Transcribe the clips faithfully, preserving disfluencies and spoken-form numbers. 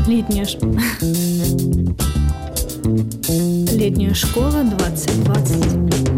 Летняя, ш... Летняя школа двадцать двадцать.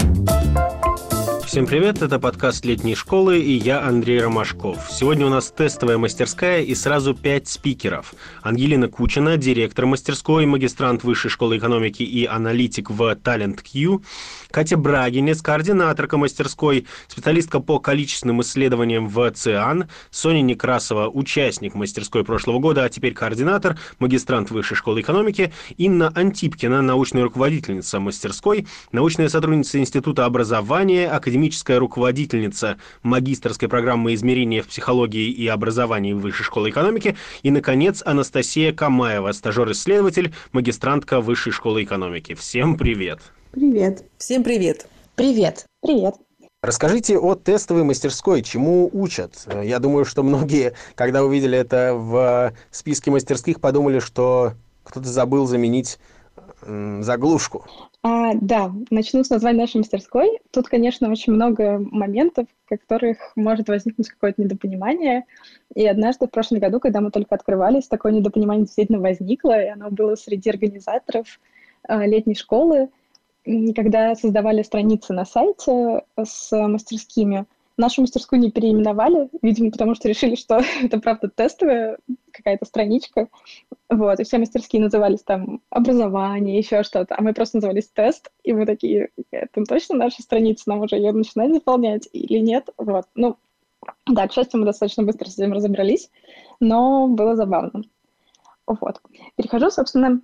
Всем привет, это подкаст «Летней школы» и я, Андрей Ромашков. Сегодня у нас тестовая мастерская и сразу пять спикеров. Ангелина Кучина, директор мастерской, магистрант Высшей школы экономики и аналитик в TalentQ. Катя Брагинец, координаторка мастерской, специалистка по количественным исследованиям в ЦИАН. Соня Некрасова, участник мастерской прошлого года, а теперь координатор, магистрант Высшей школы экономики. Инна Антипкина, научная руководительница мастерской, научная сотрудница Института образования, академическая руководительница магистерской программы измерения в психологии и образовании Высшей школы экономики. И, наконец, Анастасия Камаева, стажер-исследователь, магистрантка Высшей школы экономики. Всем привет! Привет! Всем привет! Привет! Привет! Расскажите о тестовой мастерской, чему учат. Я думаю, что многие, когда увидели это в списке мастерских, подумали, что кто-то забыл заменить м, заглушку. А, да, начну с названия нашей мастерской. Тут, конечно, очень много моментов, в которых может возникнуть какое-то недопонимание. И однажды в прошлом году, когда мы только открывались, такое недопонимание действительно возникло, и оно было среди организаторов а, летней школы. Когда создавали страницы на сайте с мастерскими, нашу мастерскую не переименовали, видимо, потому что решили, что это, правда, тестовая какая-то страничка. Вот, и все мастерские назывались там образование, еще что-то, а мы просто назывались тест, и мы такие, это точно наша страница, нам уже ее начинать заполнять или нет? Вот, ну, да, к счастью, мы достаточно быстро с этим разобрались, но было забавно. Вот, перехожу, собственно,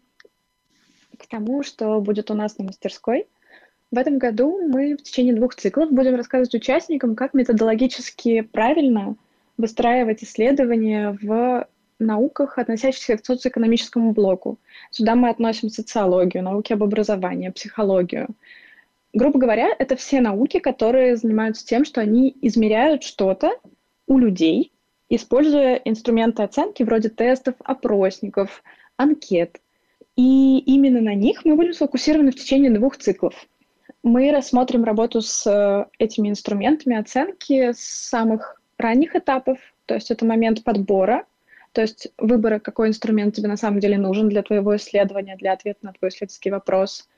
к тому, что будет у нас на мастерской. В этом году мы в течение двух циклов будем рассказывать участникам, как методологически правильно выстраивать исследования в науках, относящихся к социоэкономическому блоку. Сюда мы относим социологию, науки об образовании, психологию. Грубо говоря, это все науки, которые занимаются тем, что они измеряют что-то у людей, используя инструменты оценки вроде тестов, опросников, анкет. И именно на них мы будем сфокусированы в течение двух циклов. Мы рассмотрим работу с этими инструментами оценки с самых ранних этапов, то есть это момент подбора, то есть выбора, какой инструмент тебе на самом деле нужен для твоего исследования, для ответа на твой исследовательский вопрос.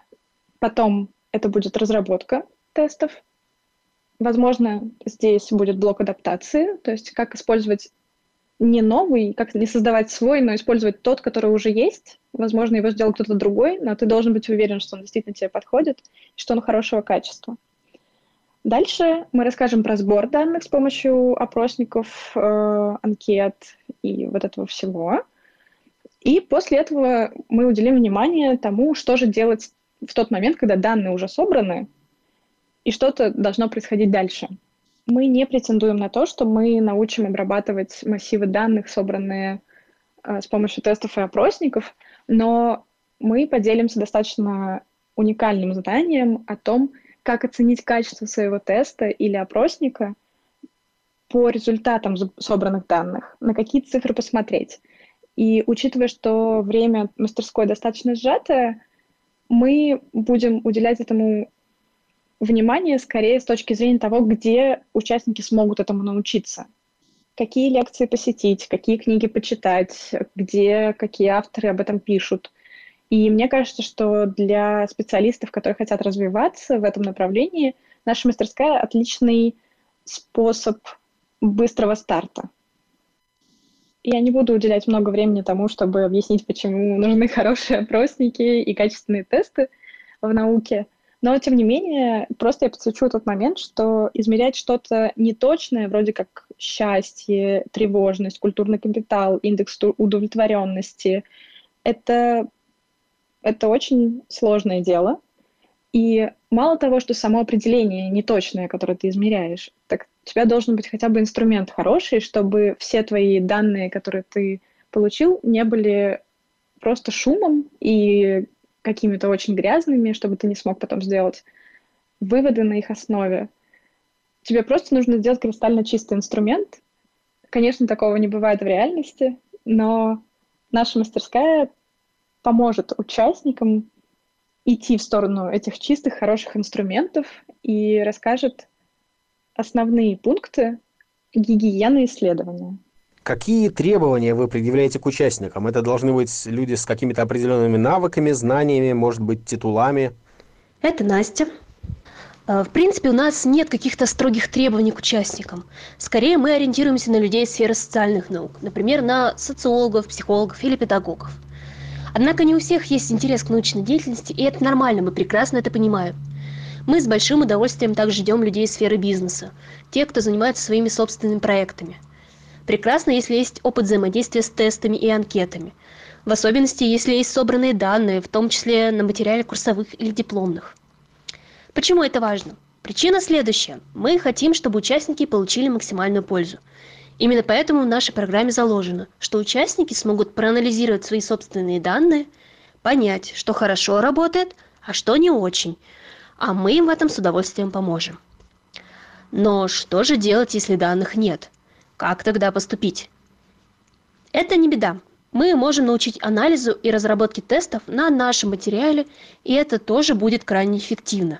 Потом это будет разработка тестов. Возможно, здесь будет блок адаптации, то есть как использовать не новый, как не создавать свой, но использовать тот, который уже есть. Возможно, его сделал кто-то другой, но ты должен быть уверен, что он действительно тебе подходит, и что он хорошего качества. Дальше мы расскажем про сбор данных с помощью опросников, э, анкет и вот этого всего. И после этого мы уделим внимание тому, что же делать в тот момент, когда данные уже собраны, и что-то должно происходить дальше. Мы не претендуем на то, что мы научим обрабатывать массивы данных, собранные э, с помощью тестов и опросников, но мы поделимся достаточно уникальным знанием о том, как оценить качество своего теста или опросника по результатам собранных данных, на какие цифры посмотреть. И учитывая, что время мастерской достаточно сжатое, мы будем уделять этому внимание скорее с точки зрения того, где участники смогут этому научиться. Какие лекции посетить, какие книги почитать, где какие авторы об этом пишут. И мне кажется, что для специалистов, которые хотят развиваться в этом направлении, наша мастерская — отличный способ быстрого старта. Я не буду уделять много времени тому, чтобы объяснить, почему нужны хорошие опросники и качественные тесты в науке. Но, тем не менее, просто я подсвечу тот момент, что измерять что-то неточное, вроде как счастье, тревожность, культурный капитал, индекс удовлетворенности, это, это очень сложное дело. И мало того, что само определение неточное, которое ты измеряешь, так у тебя должен быть хотя бы инструмент хороший, чтобы все твои данные, которые ты получил, не были просто шумом и какими-то очень грязными, чтобы ты не смог потом сделать выводы на их основе. Тебе просто нужно сделать кристально чистый инструмент. Конечно, такого не бывает в реальности, но наша мастерская поможет участникам идти в сторону этих чистых, хороших инструментов и расскажет основные пункты гигиены исследования. Какие требования вы предъявляете к участникам? Это должны быть люди с какими-то определенными навыками, знаниями, может быть, титулами? Это Настя. В принципе, у нас нет каких-то строгих требований к участникам. Скорее, мы ориентируемся на людей из сферы социальных наук, например, на социологов, психологов или педагогов. Однако не у всех есть интерес к научной деятельности, и это нормально, мы прекрасно это понимаем. Мы с большим удовольствием также ждем людей из сферы бизнеса, тех, кто занимается своими собственными проектами. Прекрасно, если есть опыт взаимодействия с тестами и анкетами, в особенности, если есть собранные данные, в том числе на материале курсовых или дипломных. Почему это важно? Причина следующая. Мы хотим, чтобы участники получили максимальную пользу. Именно поэтому в нашей программе заложено, что участники смогут проанализировать свои собственные данные, понять, что хорошо работает, а что не очень, а мы им в этом с удовольствием поможем. Но что же делать, если данных нет? Как тогда поступить? Это не беда. Мы можем научить анализу и разработке тестов на нашем материале, и это тоже будет крайне эффективно.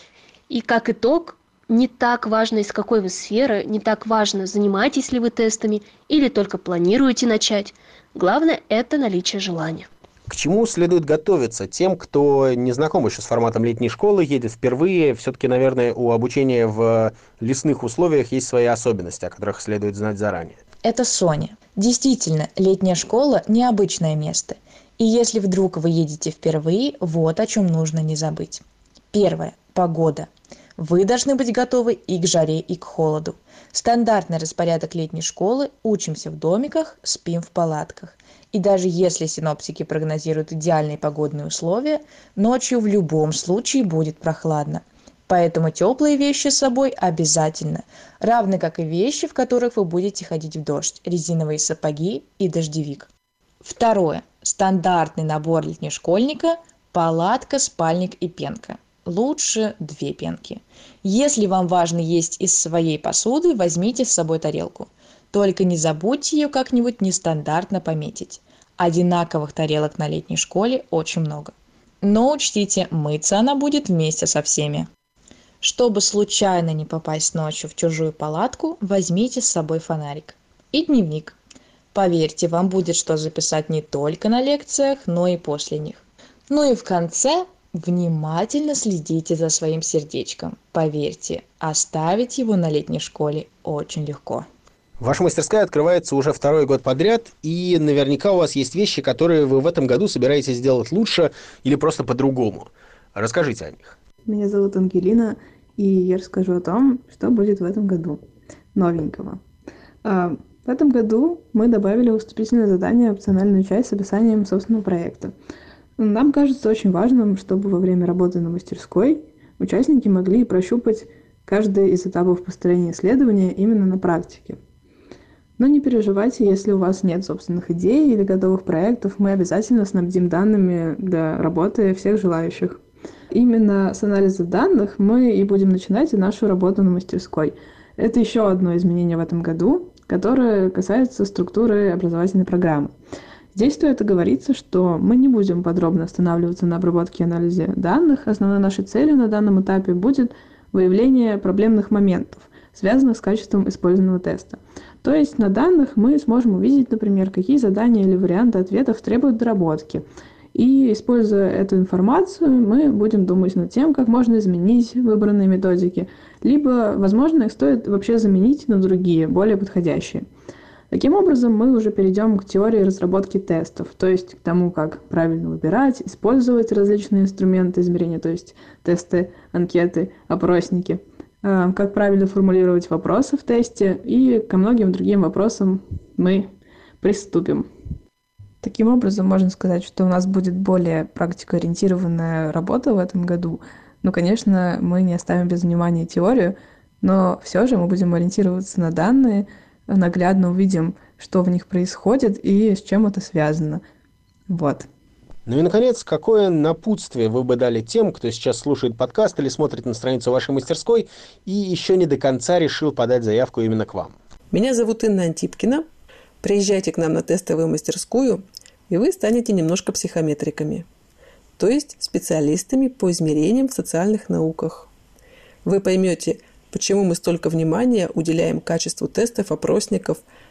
И как итог, не так важно, из какой вы сферы, не так важно, занимаетесь ли вы тестами или только планируете начать. Главное – это наличие желания. К чему следует готовиться тем, кто не знаком еще с форматом летней школы, едет впервые? Все-таки, наверное, у обучения в лесных условиях есть свои особенности, о которых следует знать заранее. Это Соня. Действительно, летняя школа – необычное место. И если вдруг вы едете впервые, вот о чем нужно не забыть. Первое – погода. Вы должны быть готовы и к жаре, и к холоду. Стандартный распорядок летней школы – учимся в домиках, спим в палатках. И даже если синоптики прогнозируют идеальные погодные условия, ночью в любом случае будет прохладно. Поэтому теплые вещи с собой обязательно, равно как и вещи, в которых вы будете ходить в дождь, резиновые сапоги и дождевик. Второе. Стандартный набор летнешкольника – палатка, спальник и пенка. Лучше две пенки. Если вам важно есть из своей посуды, возьмите с собой тарелку. Только не забудьте ее как-нибудь нестандартно пометить. Одинаковых тарелок на летней школе очень много. Но учтите, мыться она будет вместе со всеми. Чтобы случайно не попасть ночью в чужую палатку, возьмите с собой фонарик. И дневник. Поверьте, вам будет что записать не только на лекциях, но и после них. Ну и в конце внимательно следите за своим сердечком. Поверьте, оставить его на летней школе очень легко. Ваша мастерская открывается уже второй год подряд, и наверняка у вас есть вещи, которые вы в этом году собираетесь сделать лучше или просто по-другому. Расскажите о них. Меня зовут Ангелина, и я расскажу о том, что будет в этом году новенького. В этом году мы добавили в вступительное задание опциональную часть с описанием собственного проекта. Нам кажется очень важным, чтобы во время работы на мастерской участники могли прощупать каждый из этапов построения исследования именно на практике. Но не переживайте, если у вас нет собственных идей или готовых проектов, мы обязательно снабдим данными для работы всех желающих. Именно с анализа данных мы и будем начинать нашу работу на мастерской. Это еще одно изменение в этом году, которое касается структуры образовательной программы. Здесь стоит оговориться, что мы не будем подробно останавливаться на обработке и анализе данных. Основной нашей целью на данном этапе будет выявление проблемных моментов, связанных с качеством использованного теста. То есть на данных мы сможем увидеть, например, какие задания или варианты ответов требуют доработки. И, используя эту информацию, мы будем думать над тем, как можно изменить выбранные методики, либо, возможно, их стоит вообще заменить на другие, более подходящие. Таким образом, мы уже перейдем к теории разработки тестов, то есть к тому, как правильно выбирать, использовать различные инструменты измерения, то есть тесты, анкеты, опросники, как правильно формулировать вопросы в тесте, и ко многим другим вопросам мы приступим. Таким образом, можно сказать, что у нас будет более практикоориентированная работа в этом году. Но, конечно, мы не оставим без внимания теорию, но все же мы будем ориентироваться на данные, наглядно увидим, что в них происходит и с чем это связано. Вот. Ну и, наконец, какое напутствие вы бы дали тем, кто сейчас слушает подкаст или смотрит на страницу вашей мастерской и еще не до конца решил подать заявку именно к вам? Меня зовут Инна Антипкина. Приезжайте к нам на тестовую мастерскую, и вы станете немножко психометриками, то есть специалистами по измерениям в социальных науках. Вы поймете, почему мы столько внимания уделяем качеству тестов, опросников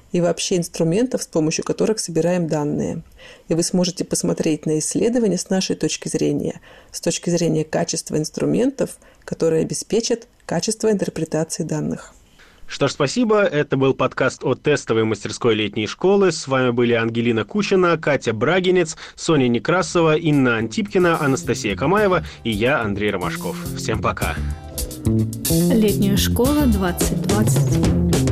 и вообще инструментов, с помощью которых собираем данные. И вы сможете посмотреть на исследования с нашей точки зрения, с точки зрения качества инструментов, которые обеспечат качество интерпретации данных. Что ж, спасибо. Это был подкаст о тестовой мастерской летней школы. С вами были Ангелина Кучина, Катя Брагинец, Соня Некрасова, Инна Антипкина, Анастасия Камаева и я, Андрей Ромашков. Всем пока. Летняя школа двадцать двадцать.